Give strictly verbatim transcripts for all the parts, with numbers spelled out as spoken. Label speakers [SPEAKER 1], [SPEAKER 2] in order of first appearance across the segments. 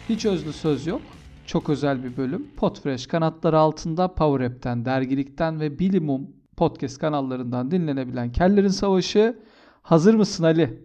[SPEAKER 1] Hiç özlü söz yok. Çok özel bir bölüm. Podfresh kanatları altında Power App'ten, dergilikten ve Bilimum podcast kanallarından dinlenebilen Kellerin Savaşı. Hazır mısın Ali?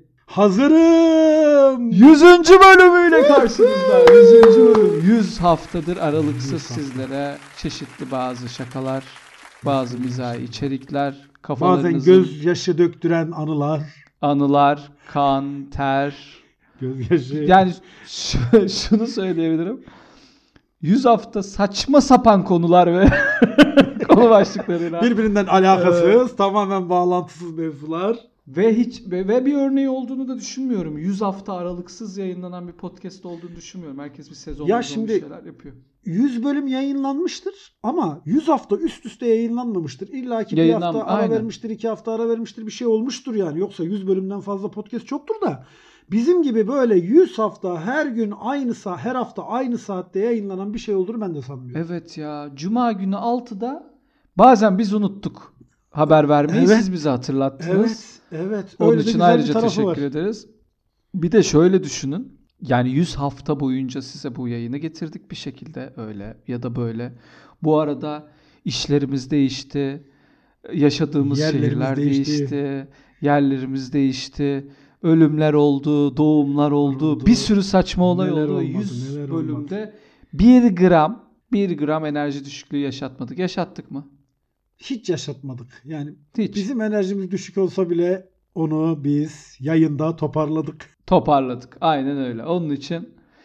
[SPEAKER 2] Hazırım.
[SPEAKER 1] yüzüncü bölümüyle karşınızda. yüzüncü bölüm. yüz haftadır aralıksız sizlere çeşitli bazı şakalar, bazı mizahi içerikler, kafalarınızın...
[SPEAKER 2] Bazen gözyaşı döktüren anılar.
[SPEAKER 1] Anılar, kan, ter...
[SPEAKER 2] Gözyaşı.
[SPEAKER 1] Yani ş- şunu söyleyebilirim. yüz hafta saçma sapan konular ve konu başlıklarıyla.
[SPEAKER 2] Birbirinden alakasız, evet. Tamamen bağlantısız mevzular.
[SPEAKER 1] Ve hiç ve, ve bir örneği olduğunu da düşünmüyorum. yüz hafta aralıksız yayınlanan bir podcast olduğunu düşünmüyorum. Herkes bir sezon
[SPEAKER 2] ya şimdi,
[SPEAKER 1] bir şeyler yapıyor.
[SPEAKER 2] yüz bölüm yayınlanmıştır ama yüz hafta üst üste yayınlanmamıştır. İlla ki bir hafta ara aynen. vermiştir, iki hafta ara vermiştir, bir şey olmuştur yani. Yoksa yüz bölümden fazla podcast çoktur da. Bizim gibi böyle yüz hafta her gün aynı saat, her hafta aynı saatte yayınlanan bir şey olduğunu ben de sanmıyorum.
[SPEAKER 1] Evet ya. Cuma günü altıda bazen biz unuttuk haber vermeyi. Evet. Siz bizi hatırlattınız.
[SPEAKER 2] Evet. Evet.
[SPEAKER 1] Onun Öyle için ayrıca teşekkür var. ederiz. Bir de şöyle düşünün. Yani yüz hafta boyunca size bu yayını getirdik bir şekilde öyle ya da böyle. Bu arada işlerimiz değişti. Yaşadığımız yerlerimiz şehirler değişti. değişti. Yerlerimiz değişti. Ölümler oldu, doğumlar oldu, oldu. Bir sürü saçma olay neler oldu. Olmadı, yüz bölümde olmadı. bir gram, bir gram enerji düşüklüğü yaşatmadık. Yaşattık mı?
[SPEAKER 2] Hiç yaşatmadık. Yani
[SPEAKER 1] Hiç.
[SPEAKER 2] Bizim enerjimiz düşük olsa bile onu biz yayında toparladık.
[SPEAKER 1] Toparladık. Aynen öyle. Onun için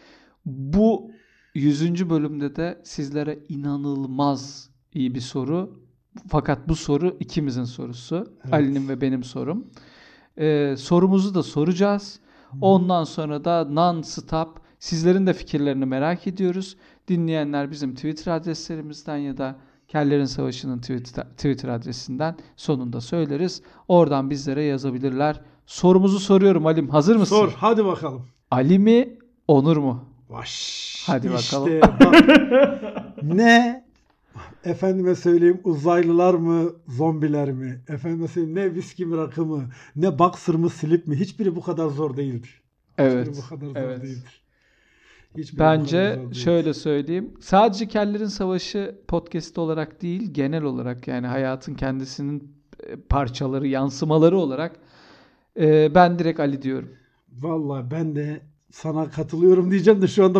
[SPEAKER 1] bu yüzüncü bölümde de sizlere inanılmaz iyi bir soru. Fakat bu soru ikimizin sorusu. Evet. Ali'nin ve benim sorum. Ee, sorumuzu da soracağız. Ondan sonra da non-stop sizlerin de fikirlerini merak ediyoruz. Dinleyenler bizim Twitter adreslerimizden ya da Kellerin Savaşı'nın Twitter, Twitter adresinden sonunda söyleriz. Oradan bizlere yazabilirler. Sorumuzu soruyorum Alim. Hazır mısın?
[SPEAKER 2] Sor. Hadi bakalım.
[SPEAKER 1] Ali mi? Onur mu?
[SPEAKER 2] Vaş.
[SPEAKER 1] Hadi
[SPEAKER 2] işte
[SPEAKER 1] bakalım.
[SPEAKER 2] Bak. Ne? Efendime söyleyeyim uzaylılar mı, zombiler mi? Efendime söyleyeyim ne viski mi, rakı mı, ne boxer mı, slip mi? Hiçbiri bu kadar zor değildir.
[SPEAKER 1] Evet.
[SPEAKER 2] Hiçbiri bu kadar zor
[SPEAKER 1] evet.
[SPEAKER 2] değildir.
[SPEAKER 1] Hiçbiri Bence zor şöyle söyleyeyim. Sadece Kellerin Savaşı podcast olarak değil, genel olarak yani hayatın kendisinin parçaları, yansımaları olarak e, ben direkt Ali diyorum.
[SPEAKER 2] Vallahi ben de sana katılıyorum diyeceğim de şu anda...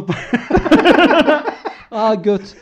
[SPEAKER 1] Aa göt.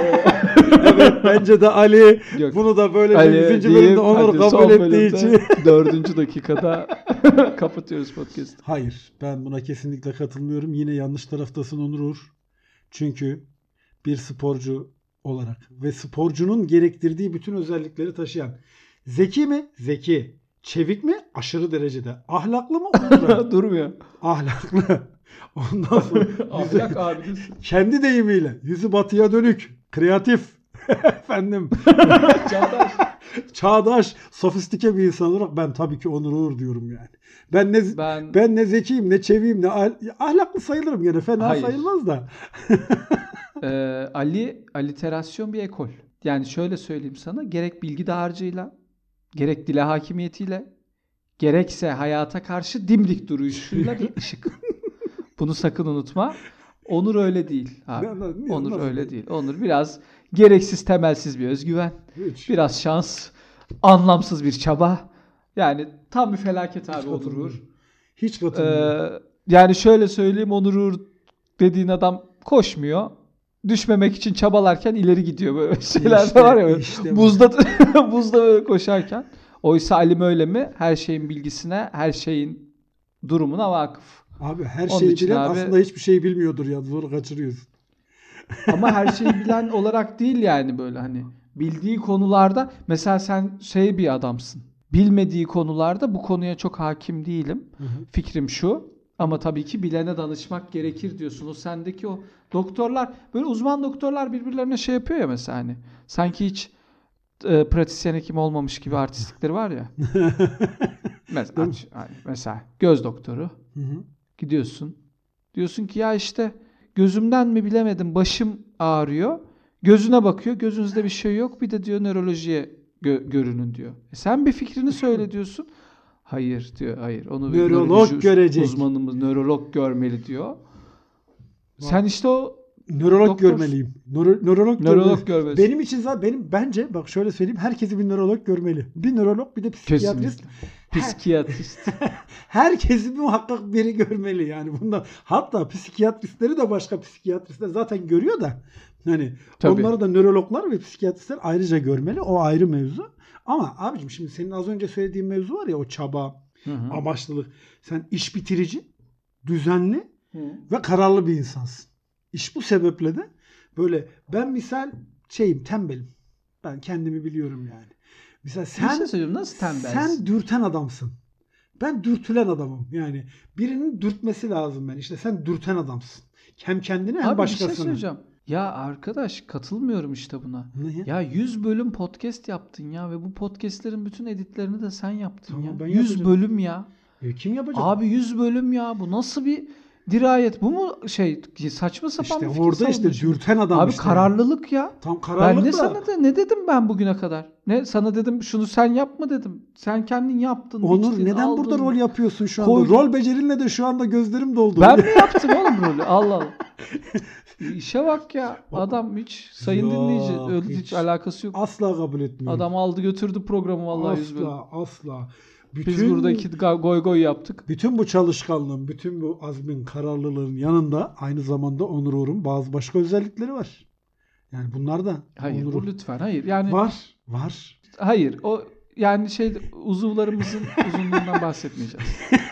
[SPEAKER 2] Evet bence de Ali Yok. bunu da böyle yüzüncü bölümde Onur kabul ettiği için
[SPEAKER 1] dördüncü dakikada kapatıyoruz podcast'ı.
[SPEAKER 2] Hayır, ben buna kesinlikle katılmıyorum. Yine yanlış taraftasın Onur Uğur. Çünkü bir sporcu olarak ve sporcunun gerektirdiği bütün özellikleri taşıyan. Zeki mi? Zeki. Çevik mi? Aşırı derecede. Ahlaklı mı?
[SPEAKER 1] Durmuyor.
[SPEAKER 2] Ahlaklı. Ondan sonra yüzü,
[SPEAKER 1] ahlak abidesi.
[SPEAKER 2] Kendi deyimiyle yüzü batıya dönük, kreatif, efendim,
[SPEAKER 1] çağdaş,
[SPEAKER 2] çağdaş, sofistike bir insan olarak ben tabii ki Onur Uğur diyorum yani. Ben ne ben, ben ne zekiyim, ne çeviyim, ne ahlaklı sayılırım gene. Fena Hayır. sayılmaz da.
[SPEAKER 1] ee, Ali aliterasyon bir ekol. Yani şöyle söyleyeyim sana, gerek bilgi dağarcığıyla, gerek dile hakimiyetiyle, gerekse hayata karşı dimdik duruşuyla bir ışık. Bunu sakın unutma. Onur öyle değil abi. Ne, ne, ne, Onur öyle değil. değil. Onur biraz gereksiz, temelsiz bir özgüven. Hiç. Biraz şans, anlamsız bir çaba. Yani tam bir felaket abi Onur Uğur.
[SPEAKER 2] Hiç katılmıyorum.
[SPEAKER 1] Ee, yani şöyle söyleyeyim, Onur Uğur dediğin adam koşmuyor. Düşmemek için çabalarken ileri gidiyor, böyle şeyler işte, var ya böyle. Işte buzda buzda böyle koşarken. Oysa Alim öyle mi? Her şeyin bilgisine, her şeyin durumuna vakıf.
[SPEAKER 2] Abi her şeyi bilen abi, aslında hiçbir şey bilmiyordur ya. Zor kaçırıyorsun.
[SPEAKER 1] Ama her şeyi bilen olarak değil yani, böyle hani bildiği konularda mesela sen şey bir adamsın. Bilmediği konularda bu konuya çok hakim değilim. Hı hı. Fikrim şu. Ama tabii ki bilene danışmak gerekir diyorsun. O sendeki o doktorlar, böyle uzman doktorlar birbirlerine şey yapıyor ya mesela hani. Sanki hiç e, pratisyen hekim olmamış gibi artistlikleri var ya. mesela, mesela göz doktoru. Hı hı. Gidiyorsun. Diyorsun ki ya işte gözümden mi bilemedim, başım ağrıyor. Gözüne bakıyor. Gözünüzde bir şey yok. Bir de diyor nörolojiye gö- görünün diyor. E sen bir fikrini söyle diyorsun. Hayır diyor. Hayır. Onu
[SPEAKER 2] nörolog görecek.
[SPEAKER 1] Uzmanımız nörolog görmeli diyor. Sen işte o
[SPEAKER 2] nörolog
[SPEAKER 1] doktor...
[SPEAKER 2] görmeliyim. Nöro, nörolog,
[SPEAKER 1] nörolog görmeli.
[SPEAKER 2] Benim için zaten benim bence bak şöyle söyleyeyim, herkesi bir nörolog görmeli. Bir nörolog, bir de psikiyatrist.
[SPEAKER 1] Psikiyatrist.
[SPEAKER 2] Herkesi muhakkak biri görmeli yani bundan. Hatta psikiyatristleri de başka psikiyatristler zaten görüyor da hani Tabii. onları da nörologlar ve psikiyatristler ayrıca görmeli. O ayrı mevzu. Ama abicim şimdi senin az önce söylediğin mevzu var ya, o çaba, hı hı. amaçlılık. Sen iş bitirici, düzenli hı. ve kararlı bir insansın. İş bu sebeple de böyle ben misal şeyim, tembelim. Ben kendimi biliyorum yani. Mesela sen
[SPEAKER 1] şey nasıl tembelsin?
[SPEAKER 2] Sen dürten adamsın. Ben dürtülen adamım. Yani birinin dürtmesi lazım ben. İşte sen dürten adamsın. Hem kendine hem
[SPEAKER 1] Abi
[SPEAKER 2] başkasına.
[SPEAKER 1] Abi bir şey söyleyeceğim. Ya arkadaş katılmıyorum işte buna.
[SPEAKER 2] Ne?
[SPEAKER 1] Ya yüz bölüm podcast yaptın ya ve bu podcastlerin bütün editlerini de sen yaptın
[SPEAKER 2] tamam,
[SPEAKER 1] ya.
[SPEAKER 2] Ben
[SPEAKER 1] yüz
[SPEAKER 2] yapacağım.
[SPEAKER 1] bölüm ya.
[SPEAKER 2] E, kim yapacak?
[SPEAKER 1] Abi yüz bölüm ya. Bu nasıl bir dirayet? Bu mu şey saçma sapan
[SPEAKER 2] işte
[SPEAKER 1] bir fikir
[SPEAKER 2] orada işte dürten adam
[SPEAKER 1] Abi
[SPEAKER 2] işte.
[SPEAKER 1] kararlılık ya.
[SPEAKER 2] Tam kararlılık
[SPEAKER 1] ben ne
[SPEAKER 2] da.
[SPEAKER 1] sana de, ne dedim ben bugüne kadar? Ne sana dedim şunu sen yapma dedim. Sen kendin yaptın.
[SPEAKER 2] Onur
[SPEAKER 1] biçtin,
[SPEAKER 2] neden
[SPEAKER 1] aldın,
[SPEAKER 2] burada rol yapıyorsun şu anda?
[SPEAKER 1] koydun.
[SPEAKER 2] Rol becerinle de şu anda gözlerim doldu.
[SPEAKER 1] Ben mi yaptım oğlum rolü? Allah Allah. İşe bak ya. Adam hiç sayın
[SPEAKER 2] ya,
[SPEAKER 1] dinleyici öyle hiç,
[SPEAKER 2] hiç
[SPEAKER 1] alakası yok.
[SPEAKER 2] Asla kabul etmiyorum.
[SPEAKER 1] Adam aldı götürdü programı vallahi yüz bölüm.
[SPEAKER 2] Asla asla. Bütün,
[SPEAKER 1] Biz buradaki goy goy yaptık.
[SPEAKER 2] Bütün bu çalışkanlığın, bütün bu azmin, kararlılığın yanında aynı zamanda Onur Uğur'un bazı başka özellikleri var. Yani bunlar da
[SPEAKER 1] Hayır
[SPEAKER 2] Onur
[SPEAKER 1] bu lütfen hayır. Yani
[SPEAKER 2] var, var.
[SPEAKER 1] Hayır o yani şey uzuvlarımızın uzunluğundan bahsetmeyeceğiz.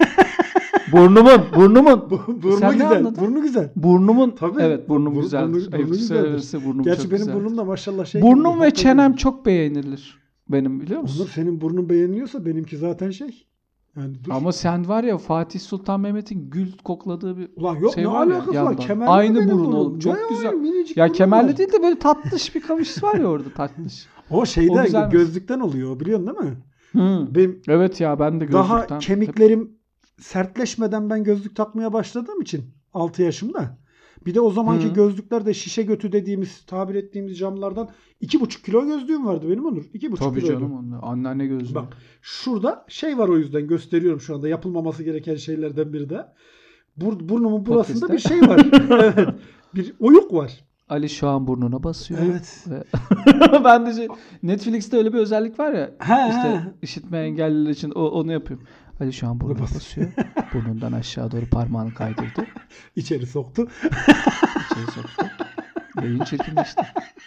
[SPEAKER 1] Burnumun, burnumun.
[SPEAKER 2] Burnu
[SPEAKER 1] Sen
[SPEAKER 2] güzel, burnu güzel.
[SPEAKER 1] Burnumun,
[SPEAKER 2] Tabii,
[SPEAKER 1] evet burnum
[SPEAKER 2] burnu,
[SPEAKER 1] güzeldir.
[SPEAKER 2] Burnu, burnu
[SPEAKER 1] Ayıp
[SPEAKER 2] güzeldir.
[SPEAKER 1] burnum
[SPEAKER 2] Gerçi
[SPEAKER 1] çok
[SPEAKER 2] benim
[SPEAKER 1] güzeldir.
[SPEAKER 2] burnum da maşallah şey.
[SPEAKER 1] Burnum
[SPEAKER 2] gibi,
[SPEAKER 1] ve çenem gibi. Çok beğenilir. Benim biliyor musun?
[SPEAKER 2] Onur senin burnun beğeniliyorsa benimki zaten şey. Yani dur.
[SPEAKER 1] Ama sen var ya Fatih Sultan Mehmet'in gül kokladığı bir
[SPEAKER 2] Ulan yok,
[SPEAKER 1] şey
[SPEAKER 2] ne
[SPEAKER 1] var
[SPEAKER 2] alakası
[SPEAKER 1] ya
[SPEAKER 2] var?
[SPEAKER 1] yandan. Aynı burun oğlum. Çok
[SPEAKER 2] ne
[SPEAKER 1] güzel.
[SPEAKER 2] Var,
[SPEAKER 1] ya kemerli
[SPEAKER 2] var.
[SPEAKER 1] değil de böyle tatlış bir kamış var ya orada tatlış.
[SPEAKER 2] O şeyde o gözlükten oluyor biliyorsun değil mi?
[SPEAKER 1] Hmm.
[SPEAKER 2] Benim
[SPEAKER 1] evet ya ben de gözlükten.
[SPEAKER 2] Daha kemiklerim hep... sertleşmeden ben gözlük takmaya başladığım için altı yaşımda. Bir de o zamanki Hı. gözlükler de şişe götü dediğimiz, tabir ettiğimiz camlardan iki buçuk kilo gözlüğüm vardı benim Onur. iki buçuk
[SPEAKER 1] Tabii
[SPEAKER 2] kiloydu.
[SPEAKER 1] canım onunla. Anneanne gözlüğü.
[SPEAKER 2] Bak şurada şey var, o yüzden gösteriyorum şu anda. Yapılmaması gereken şeylerden biri de. Bur, burnumun burasında bir şey var. Evet. Bir oyuk var.
[SPEAKER 1] Ali şu an burnuna basıyor.
[SPEAKER 2] Evet.
[SPEAKER 1] ben de şey, Netflix'te öyle bir özellik var ya.
[SPEAKER 2] He,
[SPEAKER 1] işte
[SPEAKER 2] he.
[SPEAKER 1] işitme engelliler için o, onu yapıyorum. Ali şu an burnuna basıyor. Burnundan aşağı doğru parmağını kaydırdı.
[SPEAKER 2] İçeri soktu.
[SPEAKER 1] İçeri soktu. Yayın çirkinleşti.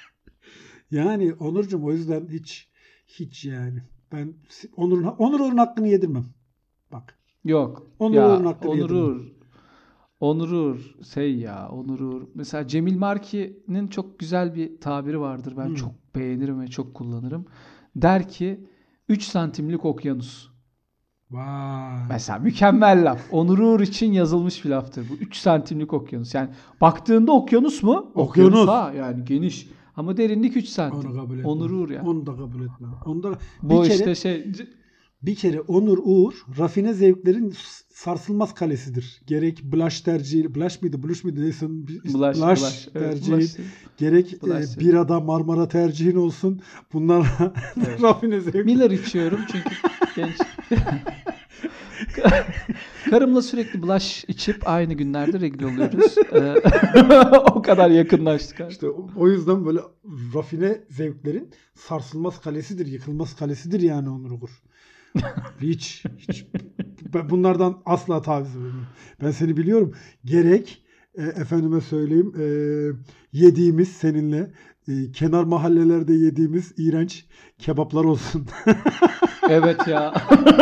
[SPEAKER 2] Yani Onurcuğum o yüzden hiç hiç yani ben Onur'un Onur'un hakkını yedirmem. Bak.
[SPEAKER 1] Yok.
[SPEAKER 2] Onur'un hakkını
[SPEAKER 1] Onur
[SPEAKER 2] yedirmem.
[SPEAKER 1] Uğur. Onur Uğur. Şey ya Onur Uğur. Mesela Cemil Marki'nin çok güzel bir tabiri vardır. Ben hmm. çok beğenirim ve çok kullanırım. Der ki üç santimlik okyanus.
[SPEAKER 2] Vay.
[SPEAKER 1] Mesela mükemmel laf. Onur Uğur için yazılmış bir laftır bu. üç santimlik okyanus. Yani baktığında okyanus mu?
[SPEAKER 2] Okyanus. Okyanus
[SPEAKER 1] ha yani geniş. Ama derinlik üç santim.
[SPEAKER 2] Onu kabul etmem.
[SPEAKER 1] Onur Uğur ya.
[SPEAKER 2] Onu da kabul etmem. Onu da
[SPEAKER 1] bu kere, işte şey
[SPEAKER 2] bir kere Onur Uğur rafine zevklerin sarsılmaz kalesidir. Gerek blush tercihi, blush mıydı, blush mıydı neyse
[SPEAKER 1] blush,
[SPEAKER 2] blush,
[SPEAKER 1] blush
[SPEAKER 2] tercihi,
[SPEAKER 1] evet,
[SPEAKER 2] gerek blush, e, birada Marmara tercihin olsun. Bunlar evet. rafine zevk.
[SPEAKER 1] Miller içiyorum çünkü genç. Karımla sürekli blush içip aynı günlerde regl oluyoruz. O kadar yakınlaştık.
[SPEAKER 2] İşte o, o yüzden böyle rafine zevklerin sarsılmaz kalesidir, yıkılmaz kalesidir yani Onur Uğur. Hiç, hiç. Ben bunlardan asla taviz vermiyorum. Ben seni biliyorum. Gerek e, efendime söyleyeyim e, yediğimiz seninle e, kenar mahallelerde yediğimiz iğrenç kebaplar olsun.
[SPEAKER 1] Evet ya.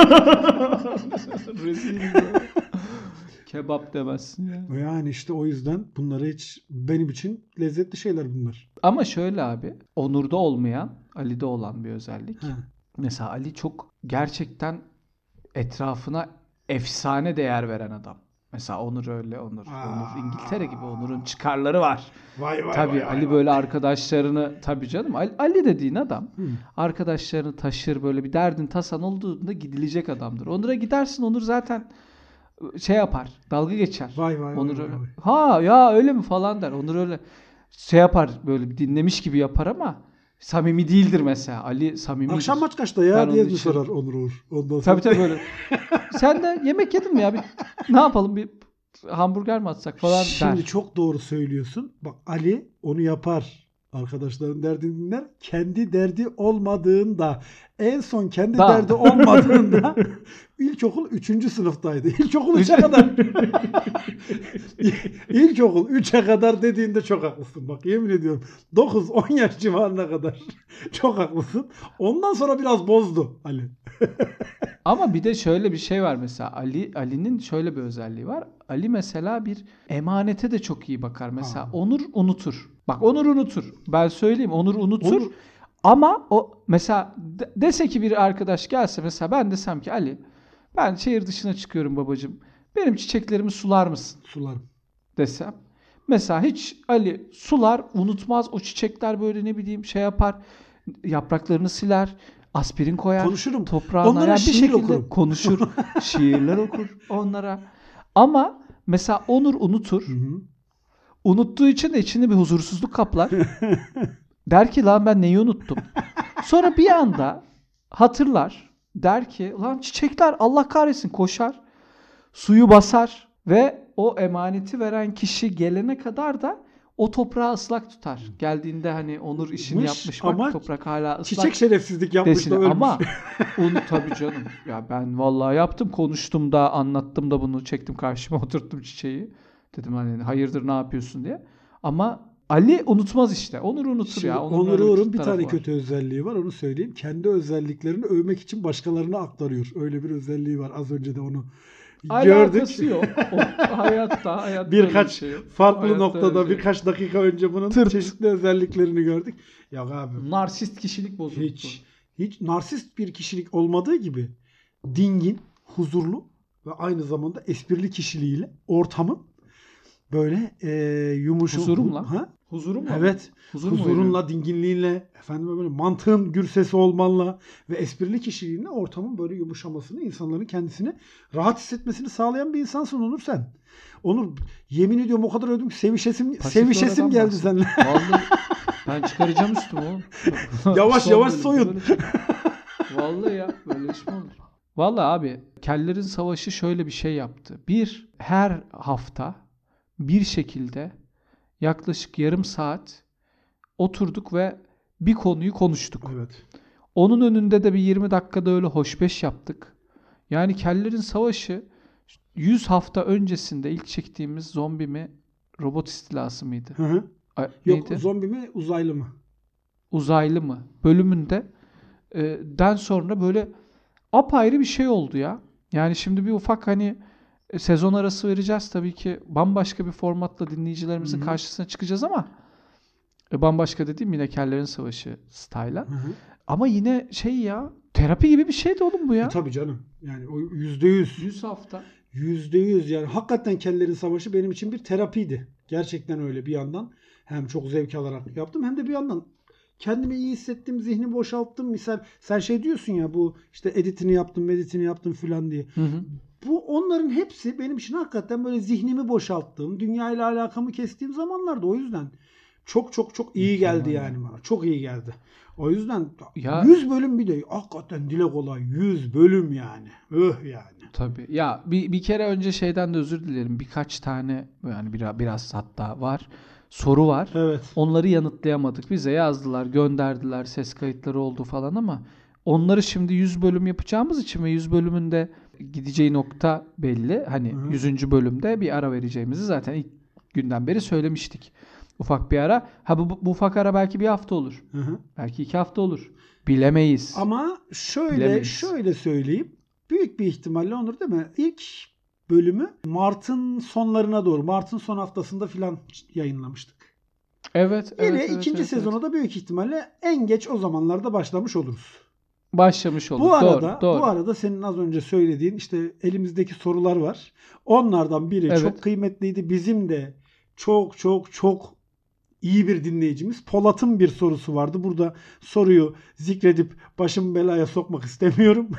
[SPEAKER 1] Rezil ya. Kebap demezsin ya.
[SPEAKER 2] Yani işte o yüzden bunları hiç benim için lezzetli şeyler bunlar.
[SPEAKER 1] Ama şöyle abi, Onur'da olmayan, Ali'de olan bir özellik.
[SPEAKER 2] He.
[SPEAKER 1] Mesela Ali çok gerçekten etrafına efsane değer veren adam. Mesela Onur öyle, Onur.
[SPEAKER 2] Aa.
[SPEAKER 1] Onur İngiltere gibi, Onur'un çıkarları var.
[SPEAKER 2] Vay vay
[SPEAKER 1] tabii
[SPEAKER 2] vay,
[SPEAKER 1] Ali
[SPEAKER 2] vay,
[SPEAKER 1] böyle
[SPEAKER 2] vay.
[SPEAKER 1] arkadaşlarını, tabii canım Ali, Ali dediğin adam
[SPEAKER 2] hmm.
[SPEAKER 1] arkadaşlarını taşır, böyle bir derdin tasan olduğunda gidilecek adamdır. Onur'a gidersin, Onur zaten şey yapar, dalga geçer.
[SPEAKER 2] Vay vay
[SPEAKER 1] Onur
[SPEAKER 2] vay,
[SPEAKER 1] öyle.
[SPEAKER 2] vay.
[SPEAKER 1] Ha ya öyle mi falan der. Onur öyle şey yapar, böyle bir dinlemiş gibi yapar ama samimi değildir mesela. Ali samimidir.
[SPEAKER 2] Akşam maç kaçta ya
[SPEAKER 1] ben
[SPEAKER 2] diye mi
[SPEAKER 1] için...
[SPEAKER 2] sorar Onur Uğur. Ondan
[SPEAKER 1] tabii tabii böyle. Sen de yemek yedin mi ya? Bir, ne yapalım bir hamburger mi atsak falan
[SPEAKER 2] Şimdi
[SPEAKER 1] der.
[SPEAKER 2] Şimdi çok doğru söylüyorsun. Bak Ali onu yapar. Arkadaşların derdini dinler. Kendi derdi olmadığında, en son kendi da. derdi olmadığında ilkokul üçüncü sınıftaydı. İlkokul üçe kadar. İlkokul üçe kadar dediğinde çok haklısın. Bak yemin ediyorum. dokuz on yaş civarına kadar çok haklısın. Ondan sonra biraz bozdu Ali.
[SPEAKER 1] Ama bir de şöyle bir şey var mesela. Ali Ali'nin şöyle bir özelliği var. Ali mesela bir emanete de çok iyi bakar. Mesela ha. Onur unutur. Bak Onur unutur. Ben söyleyeyim Onur unutur. Onur. Ama o mesela dese ki bir arkadaş gelse, mesela ben desem ki Ali ben şehir dışına çıkıyorum babacığım. Benim çiçeklerimi sular mısın?
[SPEAKER 2] Sularım.
[SPEAKER 1] Desem. Mesela hiç Ali sular, unutmaz. O çiçekler böyle ne bileyim şey yapar. Yapraklarını siler. Aspirin koyar.
[SPEAKER 2] Konuşurum.
[SPEAKER 1] Toprağına
[SPEAKER 2] onlara
[SPEAKER 1] yani
[SPEAKER 2] şiir
[SPEAKER 1] bir şekilde
[SPEAKER 2] okurum.
[SPEAKER 1] Konuşur. Şiirler okur onlara. Ama mesela Onur unutur.
[SPEAKER 2] Hı hı.
[SPEAKER 1] Unuttuğu için de içinde bir huzursuzluk kaplar. Der ki lan ben neyi unuttum? Sonra bir anda hatırlar. Der ki lan çiçekler Allah kahretsin, koşar. Suyu basar ve o emaneti veren kişi gelene kadar da o toprağı ıslak tutar. Geldiğinde hani Onur işini
[SPEAKER 2] Mış,
[SPEAKER 1] yapmış bak
[SPEAKER 2] ama
[SPEAKER 1] toprak hala ıslak.
[SPEAKER 2] Çiçek şerefsizlik yapmış da ölmüş.
[SPEAKER 1] Ama onu tabii canım. Ya ben vallahi yaptım, konuştum da, anlattım da, bunu çektim karşıma oturttum çiçeği. Dedim hani hayırdır ne yapıyorsun diye. Ama Ali unutmaz işte. Onur unutur Şimdi ya.
[SPEAKER 2] Onur Uğur'un bir tane var. Kötü özelliği var. Onu söyleyeyim. Kendi özelliklerini övmek için başkalarına aktarıyor. Öyle bir özelliği var. Az önce de onu
[SPEAKER 1] Alakası
[SPEAKER 2] gördük.
[SPEAKER 1] yok. O, hayatta, hayatta
[SPEAKER 2] birkaç şey farklı
[SPEAKER 1] hayatta
[SPEAKER 2] noktada
[SPEAKER 1] şey.
[SPEAKER 2] birkaç dakika önce bunun Tırt. çeşitli özelliklerini gördük. Ya abi.
[SPEAKER 1] Narsist kişilik bozukluğu.
[SPEAKER 2] Hiç, hiç narsist bir kişilik olmadığı gibi dingin, huzurlu ve aynı zamanda esprili kişiliğiyle ortamın böyle e, yumuşak.
[SPEAKER 1] Huzurumla.
[SPEAKER 2] Ha?
[SPEAKER 1] Huzurumla.
[SPEAKER 2] Evet.
[SPEAKER 1] Huzur
[SPEAKER 2] huzurunla, dinginliğinle, efendim böyle mantığın gür sesi olmanla ve esprili kişiliğinle ortamın böyle yumuşamasını, insanların kendisini rahat hissetmesini sağlayan bir insansın Onur sen. Onur yemin ediyorum o kadar öldüm ki sevişesim, sevişesim geldi seninle.
[SPEAKER 1] Vallahi ben çıkaracağım üstümü oğlum.
[SPEAKER 2] Yavaş yavaş soyun.
[SPEAKER 1] Vallahi ya böyle iş mi olur? Vallahi abi Kellerin Savaşı şöyle bir şey yaptı. Bir, her hafta bir şekilde yaklaşık yarım saat oturduk ve bir konuyu konuştuk.
[SPEAKER 2] Evet.
[SPEAKER 1] Onun önünde de bir yirmi dakikada öyle hoşbeş yaptık. Yani Kellerin Savaşı yüz hafta öncesinde ilk çektiğimiz zombi mi, robot istilası mıydı?
[SPEAKER 2] Hı hı.
[SPEAKER 1] A-
[SPEAKER 2] Yok
[SPEAKER 1] neydi?
[SPEAKER 2] Zombi mi, uzaylı mı?
[SPEAKER 1] Uzaylı mı? Bölümünde e, den sonra böyle apayrı bir şey oldu ya. Yani şimdi bir ufak hani e, sezon arası vereceğiz tabii ki. Bambaşka bir formatla dinleyicilerimizin Hı-hı. karşısına çıkacağız ama e, bambaşka dediğim yine Kellerin Savaşı style'a. Ama yine şey ya, terapi gibi bir şeydi oğlum bu ya.
[SPEAKER 2] E, tabii canım. Yani o yüzde yüz.
[SPEAKER 1] Yüz hafta.
[SPEAKER 2] Yüzde yüz yani. Hakikaten Kellerin Savaşı benim için bir terapiydi. Gerçekten öyle bir yandan. Hem çok zevk alarak yaptım hem de bir yandan kendimi iyi hissettim, zihnimi boşalttım. Misal sen şey diyorsun ya, bu işte editini yaptım, meditini yaptım filan diye.
[SPEAKER 1] Hı hı.
[SPEAKER 2] Bu onların hepsi benim için hakikaten böyle zihnimi boşalttığım, dünyayla alakamı kestiğim zamanlardı. O yüzden çok çok çok iyi geldi yani bana. Çok iyi geldi. O yüzden ya, yüz bölüm bir de hakikaten dile kolay. yüz bölüm yani. Öh yani.
[SPEAKER 1] Tabii. Ya bir, bir kere önce şeyden de özür dilerim. Birkaç tane yani biraz, biraz hatta var. Soru var.
[SPEAKER 2] Evet.
[SPEAKER 1] Onları yanıtlayamadık. Bize yazdılar, gönderdiler, ses kayıtları oldu falan ama onları şimdi yüz bölüm yapacağımız için ve yüz bölümünde gideceği nokta belli. Hani Hı-hı. yüzüncü bölümde bir ara vereceğimizi zaten ilk günden beri söylemiştik. Ufak bir ara. Ha bu, bu ufak ara belki bir hafta olur.
[SPEAKER 2] Hı-hı.
[SPEAKER 1] Belki iki hafta olur. Bilemeyiz.
[SPEAKER 2] Ama şöyle
[SPEAKER 1] Bilemeyiz.
[SPEAKER 2] şöyle söyleyeyim. Büyük bir ihtimalle Onur değil mi? İlk bölümü Mart'ın sonlarına doğru, Mart'ın son haftasında filan yayınlamıştık.
[SPEAKER 1] Evet.
[SPEAKER 2] Yine
[SPEAKER 1] evet,
[SPEAKER 2] ikinci
[SPEAKER 1] evet,
[SPEAKER 2] sezona
[SPEAKER 1] evet.
[SPEAKER 2] da büyük ihtimalle en geç o zamanlarda başlamış oluruz.
[SPEAKER 1] Başlamış olduk.
[SPEAKER 2] Bu arada,
[SPEAKER 1] doğru, doğru.
[SPEAKER 2] bu arada senin az önce söylediğin işte elimizdeki sorular var. Onlardan biri
[SPEAKER 1] evet.
[SPEAKER 2] çok kıymetliydi. Bizim de çok çok çok iyi bir dinleyicimiz Polat'ın bir sorusu vardı. Burada soruyu zikredip başımı belaya sokmak istemiyorum.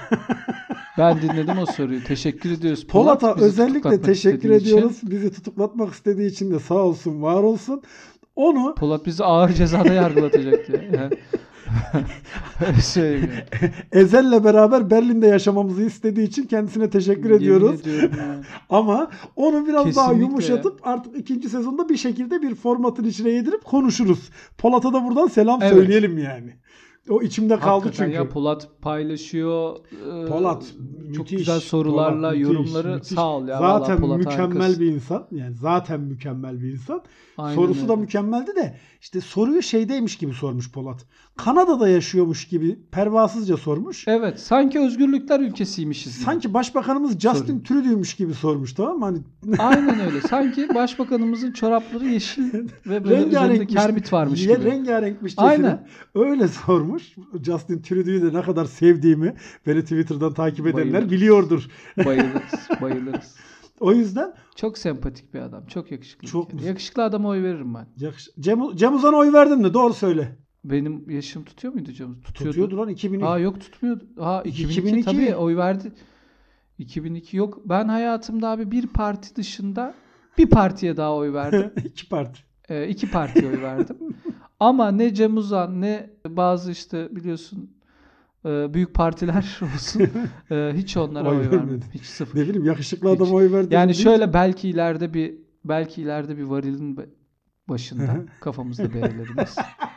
[SPEAKER 1] Ben dinledim o soruyu. Teşekkür ediyoruz.
[SPEAKER 2] Polat'a
[SPEAKER 1] Polat,
[SPEAKER 2] özellikle teşekkür ediyoruz.
[SPEAKER 1] Için.
[SPEAKER 2] Bizi tutuklatmak istediği için de sağ olsun, var olsun. Onu
[SPEAKER 1] Polat bizi ağır cezada yargılatacak diye. Yani Söyleyeyim.
[SPEAKER 2] Ezel'le beraber Berlin'de yaşamamızı istediği için kendisine teşekkür
[SPEAKER 1] Yemin
[SPEAKER 2] ediyoruz.
[SPEAKER 1] yani.
[SPEAKER 2] Ama onu biraz
[SPEAKER 1] Kesinlikle
[SPEAKER 2] daha yumuşatıp ya. Artık ikinci sezonda bir şekilde bir formatın içine yedirip konuşuruz. Polat'a da buradan selam evet. söyleyelim yani. O içimde kaldı
[SPEAKER 1] hakikaten
[SPEAKER 2] çünkü.
[SPEAKER 1] Ya Polat paylaşıyor.
[SPEAKER 2] Polat
[SPEAKER 1] çok
[SPEAKER 2] müthiş,
[SPEAKER 1] güzel sorularla
[SPEAKER 2] Polat,
[SPEAKER 1] yorumları
[SPEAKER 2] müthiş, müthiş.
[SPEAKER 1] sağ ol ya.
[SPEAKER 2] Zaten
[SPEAKER 1] Polat
[SPEAKER 2] mükemmel
[SPEAKER 1] harikasın.
[SPEAKER 2] bir insan. Yani zaten mükemmel bir insan.
[SPEAKER 1] Aynen
[SPEAKER 2] Sorusu
[SPEAKER 1] öyle.
[SPEAKER 2] da mükemmeldi de işte soruyu şeydeymiş gibi sormuş Polat. Kanada'da yaşıyormuş gibi pervasızca sormuş.
[SPEAKER 1] Evet, sanki özgürlükler ülkesiymişiz gibi.
[SPEAKER 2] Sanki başbakanımız Justin
[SPEAKER 1] Soruyor.
[SPEAKER 2] Trudeau'ymuş gibi sormuş, tamam mı? Hani
[SPEAKER 1] aynen öyle. Sanki başbakanımızın çorapları yeşil ve böyle üzerinde kermit varmış gibi.
[SPEAKER 2] Rengarenkmişçesine
[SPEAKER 1] Aynen.
[SPEAKER 2] öyle sormuş. Justin Trudeau'yu da ne kadar sevdiğimi beni Twitter'dan takip edenler
[SPEAKER 1] Bayılırız.
[SPEAKER 2] biliyordur.
[SPEAKER 1] Bayılırız, bayılırız.
[SPEAKER 2] O yüzden
[SPEAKER 1] çok sempatik bir adam, çok yakışıklı.
[SPEAKER 2] Çok
[SPEAKER 1] bir yakışıklı adama oy veririm ben.
[SPEAKER 2] Yakış- Cem, Cem Uzan'a oy verdin mi? Doğru söyle.
[SPEAKER 1] Benim yaşım tutuyor muydu Cem? Tutuyordu.
[SPEAKER 2] Tutuyordu lan iki bin iki.
[SPEAKER 1] Aa yok tutmuyordu. Aa iki bin iki,
[SPEAKER 2] iki bin iki
[SPEAKER 1] tabii oy verdi. iki bin iki yok. Ben hayatımda abi bir parti dışında bir partiye daha oy verdim.
[SPEAKER 2] İki parti.
[SPEAKER 1] Ee, iki partiye oy verdim. Ama ne Cem Uzan ne bazı işte biliyorsun büyük partiler olsun hiç onlara oy, oy vermedim. Hiç sıfır.
[SPEAKER 2] Ne bileyim yakışıklı adama oy verdim.
[SPEAKER 1] Yani şöyle hiç. belki ileride bir belki ileride bir varilin başında kafamızda beylerimiz.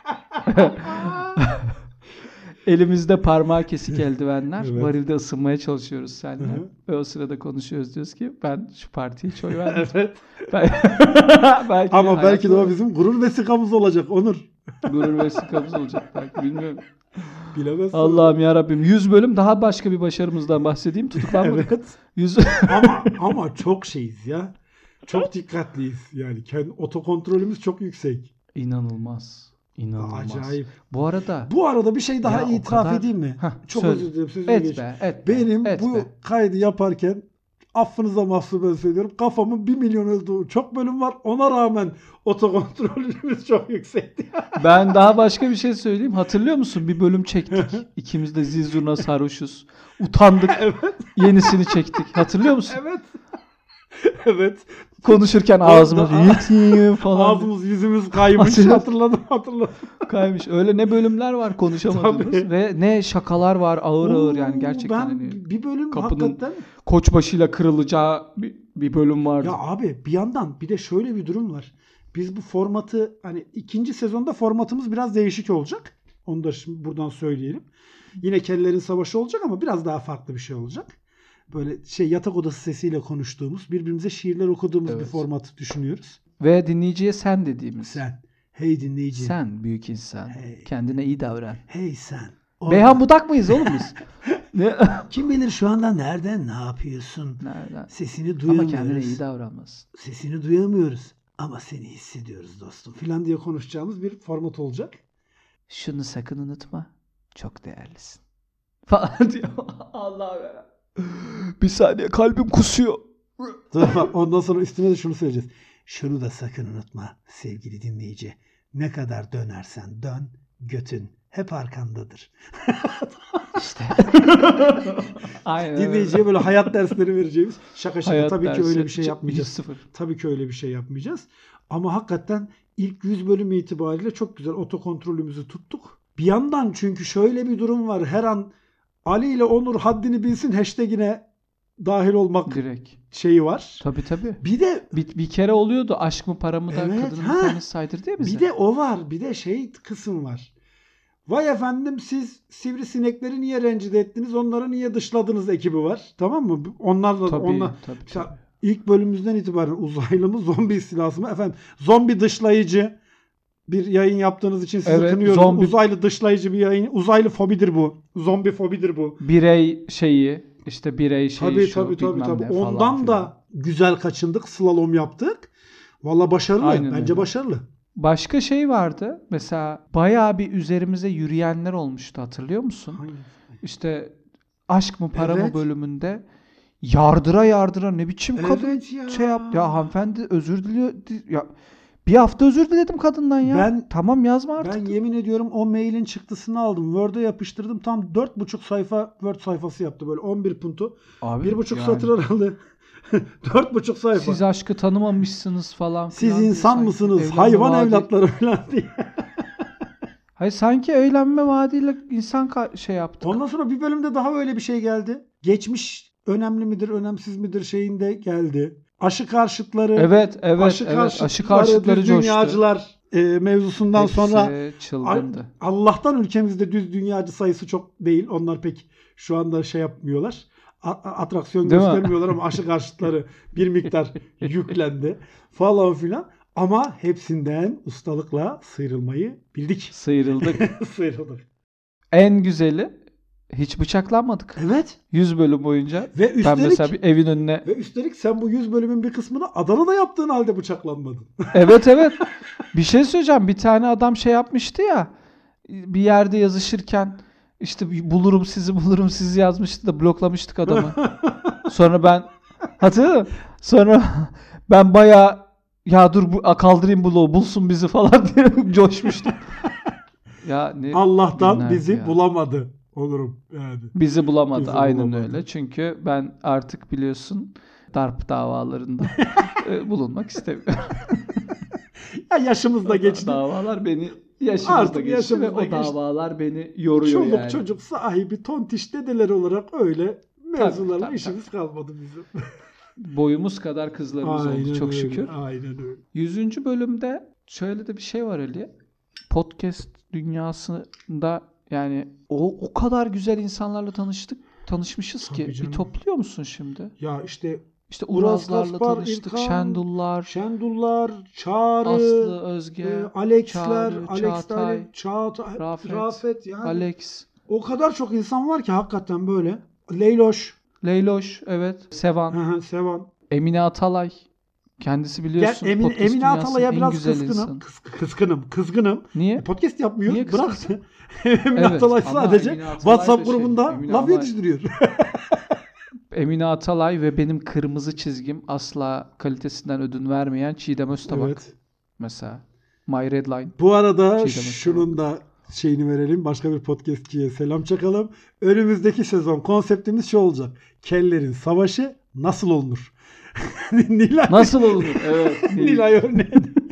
[SPEAKER 1] Elimizde parmağı kesik eldivenler. Evet. Varilde ısınmaya çalışıyoruz seninle. Ve o sırada konuşuyoruz, diyoruz ki ben şu partiye hiç oy vermedim.
[SPEAKER 2] Evet.
[SPEAKER 1] Ben, belki
[SPEAKER 2] ama belki de o bizim gurur vesikamız olacak Onur.
[SPEAKER 1] Gurur vesikamız olacak belki, bilmiyorum.
[SPEAKER 2] Bilemezsin.
[SPEAKER 1] Allah'ım ya Rabbim. yüz bölüm daha başka bir başarımızdan bahsedeyim. Tutuklanmadık.
[SPEAKER 2] Evet.
[SPEAKER 1] yüz
[SPEAKER 2] ama ama çok şeyiz ya. Çok dikkatliyiz. Yani kendi otokontrolümüz çok yüksek.
[SPEAKER 1] İnanılmaz. İnanılmaz.
[SPEAKER 2] Acayip.
[SPEAKER 1] Bu arada
[SPEAKER 2] Bu arada bir şey daha itiraf
[SPEAKER 1] kadar...
[SPEAKER 2] edeyim mi?
[SPEAKER 1] Heh,
[SPEAKER 2] çok
[SPEAKER 1] söyle.
[SPEAKER 2] özür dilerim. Sözünü
[SPEAKER 1] et
[SPEAKER 2] geç.
[SPEAKER 1] be, et
[SPEAKER 2] Benim
[SPEAKER 1] et
[SPEAKER 2] bu
[SPEAKER 1] be.
[SPEAKER 2] kaydı yaparken affınıza mahsuben söylüyorum. Kafamın bir milyon olduğu çok bölüm var. Ona rağmen otokontrolümüz çok yüksekti.
[SPEAKER 1] Ben daha başka bir şey söyleyeyim. Hatırlıyor musun? Bir bölüm çektik. İkimiz de zil zurna sarhoşuz. Utandık.
[SPEAKER 2] Evet.
[SPEAKER 1] Yenisini çektik. Hatırlıyor musun?
[SPEAKER 2] Evet. Evet.
[SPEAKER 1] Konuşurken ağzımız yetiyor falan.
[SPEAKER 2] Ağzımız yüzümüz kaymış. hatırladım hatırladım.
[SPEAKER 1] Kaymış. Öyle ne bölümler var konuşamadığımız. Tabii. Ve ne şakalar var ağır Oo, ağır yani gerçekten.
[SPEAKER 2] Ben
[SPEAKER 1] hani
[SPEAKER 2] bir bölüm hakikaten.
[SPEAKER 1] Koçbaşıyla kırılacağı bir, bir bölüm vardı.
[SPEAKER 2] Ya abi bir yandan bir de şöyle bir durum var. Biz bu formatı hani ikinci sezonda formatımız biraz değişik olacak. Onu da şimdi buradan söyleyelim. Yine Kellerin Savaşı olacak ama biraz daha farklı bir şey olacak. Böyle şey yatak odası sesiyle konuştuğumuz, birbirimize şiirler okuduğumuz evet. bir format düşünüyoruz.
[SPEAKER 1] Ve dinleyiciye sen dediğimiz.
[SPEAKER 2] Sen. Hey dinleyici.
[SPEAKER 1] Sen büyük insan. Hey. Kendine iyi davran.
[SPEAKER 2] Hey sen.
[SPEAKER 1] Orada. Beyhan Budak mıyız oğlum biz?
[SPEAKER 2] ne? Kim bilir şu anda nereden ne yapıyorsun?
[SPEAKER 1] Nereden?
[SPEAKER 2] Sesini duyamıyoruz.
[SPEAKER 1] Ama kendine iyi davranmasın.
[SPEAKER 2] Sesini duyamıyoruz. Ama seni hissediyoruz dostum. Filan diye konuşacağımız bir format olacak.
[SPEAKER 1] Şunu sakın unutma. Çok değerlisin. Falan diyor. Allah'ım ya. Bir saniye kalbim kusuyor.
[SPEAKER 2] Ondan sonra üstüne de şunu söyleyeceğiz. Şunu da sakın unutma sevgili dinleyici. Ne kadar dönersen dön, götün hep arkandadır.
[SPEAKER 1] İşte. Aynen.
[SPEAKER 2] Dinleyiciye böyle hayat dersleri vereceğimiz. Şaka şaka
[SPEAKER 1] hayat
[SPEAKER 2] tabii
[SPEAKER 1] dersi.
[SPEAKER 2] ki öyle bir şey yapmayacağız.
[SPEAKER 1] Sıfır.
[SPEAKER 2] Tabii ki öyle bir şey yapmayacağız. Ama hakikaten ilk yüz bölüm itibariyle çok güzel otokontrolümüzü tuttuk. Bir yandan çünkü şöyle bir durum var. Her an Ali ile Onur haddini bilsin hashtagine dahil olmak
[SPEAKER 1] direkt
[SPEAKER 2] şeyi var.
[SPEAKER 1] Tabii tabii.
[SPEAKER 2] Bir de
[SPEAKER 1] bir, bir kere oluyordu aşk mı para mı da
[SPEAKER 2] evet,
[SPEAKER 1] kadının
[SPEAKER 2] ha,
[SPEAKER 1] bir tanesi saydır diye bize.
[SPEAKER 2] Bir de o var. Bir de şey kısım var. Vay efendim siz sivrisinekleri niye rencide ettiniz? Onları niye dışladınız ekibi var. Tamam mı? Onlar da
[SPEAKER 1] tabii,
[SPEAKER 2] onlar
[SPEAKER 1] tabii,
[SPEAKER 2] mesela
[SPEAKER 1] tabii.
[SPEAKER 2] ilk bölümümüzden itibaren uzaylı mı zombi istilası mı? Efendim zombi dışlayıcı bir yayın yaptığınız için sizi evet, kınıyorum. Zombi... Uzaylı dışlayıcı bir yayın. Uzaylı fobidir bu. Zombi fobidir bu.
[SPEAKER 1] Birey şeyi işte birey şeyi
[SPEAKER 2] tabii,
[SPEAKER 1] şu
[SPEAKER 2] tabii, tabii, tabii.
[SPEAKER 1] Falan
[SPEAKER 2] ondan
[SPEAKER 1] filan.
[SPEAKER 2] Da güzel kaçındık. Slalom yaptık. Valla başarılı.
[SPEAKER 1] Aynen
[SPEAKER 2] Bence
[SPEAKER 1] öyle.
[SPEAKER 2] başarılı.
[SPEAKER 1] Başka şey vardı. Mesela bayağı bir üzerimize yürüyenler olmuştu. Hatırlıyor musun?
[SPEAKER 2] Hayır.
[SPEAKER 1] İşte aşk mı para
[SPEAKER 2] evet.
[SPEAKER 1] mı bölümünde yardıra yardıra ne biçim
[SPEAKER 2] evet
[SPEAKER 1] kadın
[SPEAKER 2] ya.
[SPEAKER 1] şey yaptı. Ya hanımefendi özür diliyor. Ya bir hafta özür diledim kadından ya.
[SPEAKER 2] Ben,
[SPEAKER 1] tamam yazma artık.
[SPEAKER 2] Ben yemin ediyorum o mailin çıktısını aldım. Word'e yapıştırdım. Tam dört buçuk sayfa Word sayfası yaptı böyle on bir puntu.
[SPEAKER 1] Abi,
[SPEAKER 2] bir buçuk
[SPEAKER 1] yani.
[SPEAKER 2] satır aralı. dört buçuk sayfa.
[SPEAKER 1] Siz aşkı tanımamışsınız falan.
[SPEAKER 2] Siz insan mısınız? Hayvan evlatları falan diye.
[SPEAKER 1] Hayır sanki eğlenme vaadiyle insan ka- şey yaptı.
[SPEAKER 2] Ondan sonra bir bölümde daha öyle bir şey geldi. Geçmiş önemli midir, önemsiz midir şeyinde geldi. Aşı karşıtları.
[SPEAKER 1] Evet, evet,
[SPEAKER 2] aşı
[SPEAKER 1] evet.
[SPEAKER 2] karşıtları,
[SPEAKER 1] aşı karşıtları
[SPEAKER 2] düz
[SPEAKER 1] coştu.
[SPEAKER 2] Dünyacılar e, mevzusundan
[SPEAKER 1] Hepsi
[SPEAKER 2] sonra
[SPEAKER 1] çılgındı.
[SPEAKER 2] Allah'tan ülkemizde düz dünyacı sayısı çok değil. Onlar pek şu anda şey yapmıyorlar. A- atraksiyon
[SPEAKER 1] Değil
[SPEAKER 2] göstermiyorlar ama aşı karşıtları bir miktar yüklendi falan filan. Ama hepsinden ustalıkla sıyrılmayı bildik.
[SPEAKER 1] Sıyrıldık.
[SPEAKER 2] Sıyrıldık.
[SPEAKER 1] En güzeli hiç bıçaklanmadık.
[SPEAKER 2] Evet.
[SPEAKER 1] yüz bölüm boyunca.
[SPEAKER 2] Ve üstelik,
[SPEAKER 1] ben mesela bir evin önüne...
[SPEAKER 2] Ve üstelik sen bu yüz bölümün bir kısmını Adana'da yaptığın halde bıçaklanmadın.
[SPEAKER 1] Evet evet. Bir şey söyleyeceğim. Bir tane adam şey yapmıştı ya. Bir yerde yazışırken işte bulurum sizi bulurum sizi yazmıştı da bloklamıştık adamı. Sonra ben hatırladın mı? Sonra ben bayağı ya dur bu kaldırayım bloğu bulsun bizi falan diye coşmuştum. Ya ne
[SPEAKER 2] Allah'tan bizi
[SPEAKER 1] ya.
[SPEAKER 2] bulamadı olurum yani.
[SPEAKER 1] Bizi bulamadı.
[SPEAKER 2] Bizi
[SPEAKER 1] Aynen
[SPEAKER 2] bulamadı.
[SPEAKER 1] öyle. Çünkü ben artık biliyorsun darp davalarında bulunmak istemiyorum.
[SPEAKER 2] Ya yaşımız da geçti.
[SPEAKER 1] Davalar beni yaşımız
[SPEAKER 2] Artık
[SPEAKER 1] da geçti ve
[SPEAKER 2] yaşımız da
[SPEAKER 1] o
[SPEAKER 2] geçti.
[SPEAKER 1] davalar beni yoruyor
[SPEAKER 2] Çoluk
[SPEAKER 1] yani.
[SPEAKER 2] çocuk sahibi tontiş dedeleri olarak öyle mevzularla
[SPEAKER 1] tabii,
[SPEAKER 2] işimiz kalmadı bizim.
[SPEAKER 1] Boyumuz kadar kızlarımız
[SPEAKER 2] Aynen
[SPEAKER 1] oldu çok
[SPEAKER 2] öyle,
[SPEAKER 1] şükür.
[SPEAKER 2] Aynen öyle.
[SPEAKER 1] yüzüncü bölümde şöyle de bir şey var Ali. Podcast dünyasında yani o o kadar güzel insanlarla tanıştık, tanışmışız
[SPEAKER 2] Tabii
[SPEAKER 1] ki.
[SPEAKER 2] canım.
[SPEAKER 1] Bir topluyor musun şimdi?
[SPEAKER 2] Ya işte
[SPEAKER 1] İşte
[SPEAKER 2] Uras
[SPEAKER 1] Urazlarla
[SPEAKER 2] Gaspar,
[SPEAKER 1] tanıştık,
[SPEAKER 2] İlkan,
[SPEAKER 1] Şendullar,
[SPEAKER 2] Şendullar, Çağrı,
[SPEAKER 1] Aslı, Özge,
[SPEAKER 2] e, Alexler,
[SPEAKER 1] Çağrı,
[SPEAKER 2] Alexler,
[SPEAKER 1] Çağatay,
[SPEAKER 2] Çağatay,
[SPEAKER 1] Rafet,
[SPEAKER 2] Rafet yani.
[SPEAKER 1] Alex,
[SPEAKER 2] O kadar çok insan var ki hakikaten böyle. Leyloş,
[SPEAKER 1] Leyloş, evet, Sevan,
[SPEAKER 2] hı hı, Sevan.
[SPEAKER 1] Emine Atalay. Kendisi
[SPEAKER 2] Gel,
[SPEAKER 1] biliyorsun
[SPEAKER 2] Emin,
[SPEAKER 1] podcast
[SPEAKER 2] Emine
[SPEAKER 1] dünyasının
[SPEAKER 2] Atalay'a
[SPEAKER 1] en
[SPEAKER 2] biraz
[SPEAKER 1] güzel
[SPEAKER 2] kıskınım.
[SPEAKER 1] insanı.
[SPEAKER 2] Kıs, kıskınım. Kızgınım.
[SPEAKER 1] Niye?
[SPEAKER 2] E, podcast yapmıyor.
[SPEAKER 1] Niye
[SPEAKER 2] Bıraktı. Emine
[SPEAKER 1] Evet,
[SPEAKER 2] Atalay
[SPEAKER 1] ama
[SPEAKER 2] sadece
[SPEAKER 1] Emine Atalay
[SPEAKER 2] WhatsApp
[SPEAKER 1] da şey,
[SPEAKER 2] grubunda
[SPEAKER 1] Emine
[SPEAKER 2] laf
[SPEAKER 1] Atalay-
[SPEAKER 2] yetiştiriyor.
[SPEAKER 1] Emine Atalay ve benim kırmızı çizgim asla kalitesinden ödün vermeyen Çiğdem Öztabak.
[SPEAKER 2] Evet.
[SPEAKER 1] Mesela. My Red Line.
[SPEAKER 2] Bu arada
[SPEAKER 1] Çiğdem
[SPEAKER 2] şunun da şeyini verelim. Başka bir podcastçiye selam çakalım. Önümüzdeki sezon konseptimiz şu olacak. Kellerin savaşı nasıl olunur? Nilay,
[SPEAKER 1] Nasıl olunur? Evet.
[SPEAKER 2] Nilay örneği.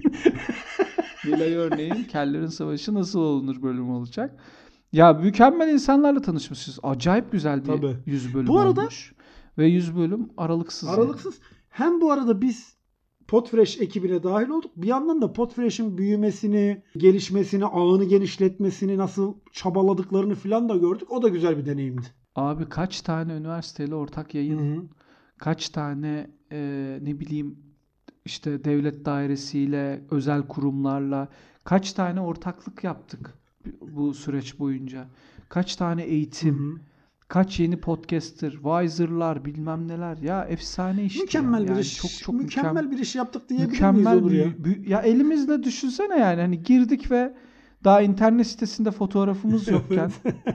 [SPEAKER 1] Nilay örneğin Kellerin Savaşı nasıl olunur bölümü olacak. Ya mükemmel insanlarla tanışmışız. Acayip güzel bir
[SPEAKER 2] Tabii.
[SPEAKER 1] yüz bölüm
[SPEAKER 2] Bu arada-
[SPEAKER 1] olmuş. Ve yüz bölüm aralıksız. yani.
[SPEAKER 2] Aralıksız. Hem bu arada biz Podfresh ekibine dahil olduk. Bir yandan da Podfresh'in büyümesini, gelişmesini, ağını genişletmesini, nasıl çabaladıklarını falan da gördük. O da güzel bir deneyimdi.
[SPEAKER 1] Abi kaç tane üniversiteyle ortak yayın,
[SPEAKER 2] Hı-hı.
[SPEAKER 1] kaç tane e, ne bileyim işte devlet dairesiyle, özel kurumlarla kaç tane ortaklık yaptık bu süreç boyunca. Kaç tane eğitim,
[SPEAKER 2] Hı-hı.
[SPEAKER 1] kaç yeni podcaster, Wiser'lar bilmem neler. Ya efsane işte.
[SPEAKER 2] Mükemmel bir
[SPEAKER 1] yani
[SPEAKER 2] iş.
[SPEAKER 1] Çok çok
[SPEAKER 2] mükemmel
[SPEAKER 1] mükemmel.
[SPEAKER 2] bir iş yaptık diyebilir miyiz
[SPEAKER 1] Mükemmel
[SPEAKER 2] olur ya?
[SPEAKER 1] bir, bir- ya elimizle düşünsene yani hani girdik ve daha internet sitesinde fotoğrafımız yokken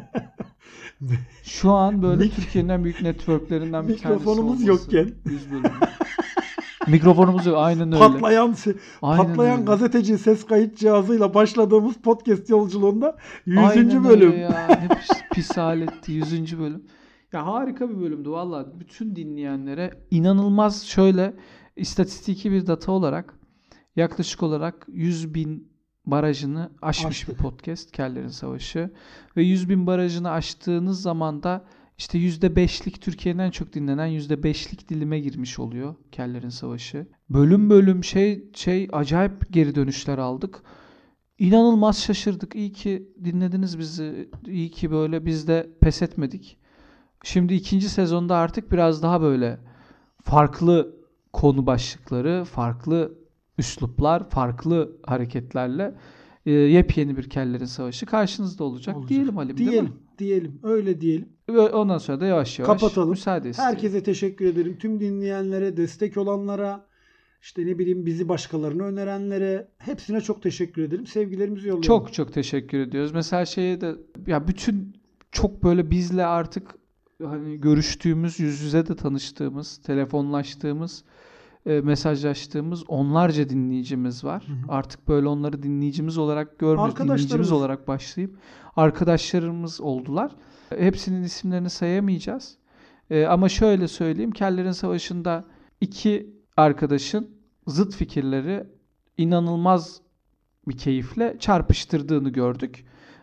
[SPEAKER 1] şu an böyle
[SPEAKER 2] Mik-
[SPEAKER 1] Türkiye'nin en büyük networklerinden bir tanesi
[SPEAKER 2] Mikrofonumuz
[SPEAKER 1] olması.
[SPEAKER 2] yokken.
[SPEAKER 1] yüz bölüm. Mikrofonumuz yok aynen öyle.
[SPEAKER 2] Patlayan se-
[SPEAKER 1] Aynen
[SPEAKER 2] patlayan
[SPEAKER 1] öyle.
[SPEAKER 2] gazeteci ses kayıt cihazıyla başladığımız podcast yolculuğunda yüzüncü
[SPEAKER 1] Aynen
[SPEAKER 2] bölüm.
[SPEAKER 1] öyle ya. Ne pis, pis aletti yüzüncü bölüm. Ya harika bir bölümdü valla. Bütün dinleyenlere inanılmaz şöyle istatistiki bir data olarak yaklaşık olarak yüz bin barajını aşmış
[SPEAKER 2] Aştı.
[SPEAKER 1] bir podcast Kellerin Savaşı. Ve yüz bin barajını aştığınız zaman da işte yüzde beşlik Türkiye'nin en çok dinlenen yüzde beşlik dilime girmiş oluyor Kellerin Savaşı. Bölüm bölüm şey şey acayip geri dönüşler aldık. İnanılmaz şaşırdık. İyi ki dinlediniz bizi. İyi ki böyle biz de pes etmedik. Şimdi ikinci sezonda artık biraz daha böyle farklı konu başlıkları, farklı üsluplar, farklı hareketlerle e, yepyeni bir Kellerin Savaşı karşınızda olacak.
[SPEAKER 2] Olacak.
[SPEAKER 1] Diyelim Halim değil
[SPEAKER 2] Diyelim,
[SPEAKER 1] mi?
[SPEAKER 2] diyelim. Öyle diyelim.
[SPEAKER 1] Ve ondan sonra da yavaş yavaş
[SPEAKER 2] Kapatalım.
[SPEAKER 1] müsaade isteyelim.
[SPEAKER 2] Herkese teşekkür ederim. Tüm dinleyenlere, destek olanlara, işte ne bileyim bizi başkalarına önerenlere hepsine çok teşekkür ederim. Sevgilerimizi yollayalım.
[SPEAKER 1] Çok çok teşekkür ediyoruz. Mesela şeye de ya bütün çok böyle bizle artık hani görüştüğümüz, yüz yüze de tanıştığımız, telefonlaştığımız, e, mesajlaştığımız onlarca dinleyicimiz var.
[SPEAKER 2] Hı hı.
[SPEAKER 1] Artık böyle onları dinleyicimiz olarak görmüyoruz.
[SPEAKER 2] Arkadaşlarımız.
[SPEAKER 1] Dinleyicimiz olarak başlayıp arkadaşlarımız oldular. Hepsinin isimlerini sayamayacağız. E, ama şöyle söyleyeyim. Kellerin Savaşı'nda iki arkadaşın zıt fikirleri inanılmaz bir keyifle çarpıştırdığını gördük.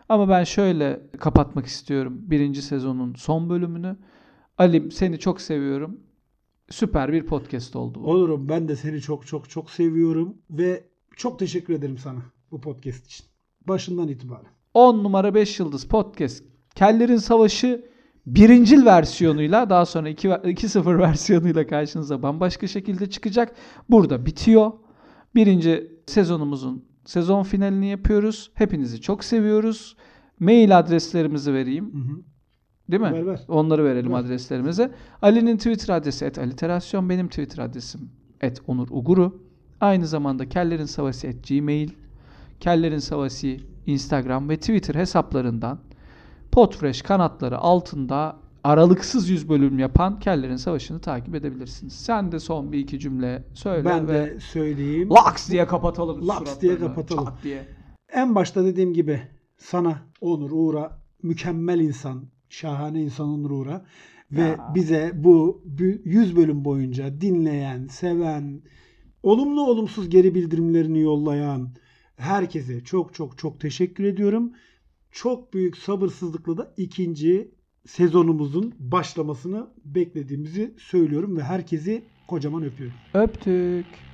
[SPEAKER 1] Ama ben şöyle kapatmak istiyorum birinci sezonun son bölümünü. Alim, seni çok seviyorum. Süper bir podcast oldu bu.
[SPEAKER 2] Olurum. Ben de seni çok çok çok seviyorum ve çok teşekkür ederim sana bu podcast için. Başından itibaren.
[SPEAKER 1] on numara beş yıldız podcast. Kellerin Savaşı birincil versiyonuyla, daha sonra iki sıfır versiyonuyla karşınıza bambaşka şekilde çıkacak. Burada bitiyor. Birinci sezonumuzun sezon finalini yapıyoruz. Hepinizi çok seviyoruz. Mail adreslerimizi vereyim.
[SPEAKER 2] Hı hı.
[SPEAKER 1] Değil mi?
[SPEAKER 2] Ver, ver.
[SPEAKER 1] Onları verelim
[SPEAKER 2] Ver.
[SPEAKER 1] adreslerimize. Ali'nin Twitter adresi et aliterasyon. Benim Twitter adresim et onur uguru. Aynı zamanda kellerin savaşı et gmail. Kellerin Savaşı Instagram ve Twitter hesaplarından Podfresh kanatları altında aralıksız yüz bölüm yapan Kellerin Savaşı'nı takip edebilirsiniz. Sen de son bir iki cümle söyle
[SPEAKER 2] ben
[SPEAKER 1] ve
[SPEAKER 2] de söyleyeyim.
[SPEAKER 1] Laks diye kapatalım.
[SPEAKER 2] Laks diye kapatalım.
[SPEAKER 1] Çat diye.
[SPEAKER 2] En başta dediğim gibi sana, Onur, Uğur'a, mükemmel insan, şahane insan Onur Uğur'a ve
[SPEAKER 1] Ya.
[SPEAKER 2] bize bu yüz bölüm boyunca dinleyen, seven, olumlu olumsuz geri bildirimlerini yollayan herkese çok çok çok teşekkür ediyorum. Çok büyük sabırsızlıkla da ikinci sezonumuzun başlamasını beklediğimizi söylüyorum ve herkesi kocaman öpüyorum.
[SPEAKER 1] Öptük.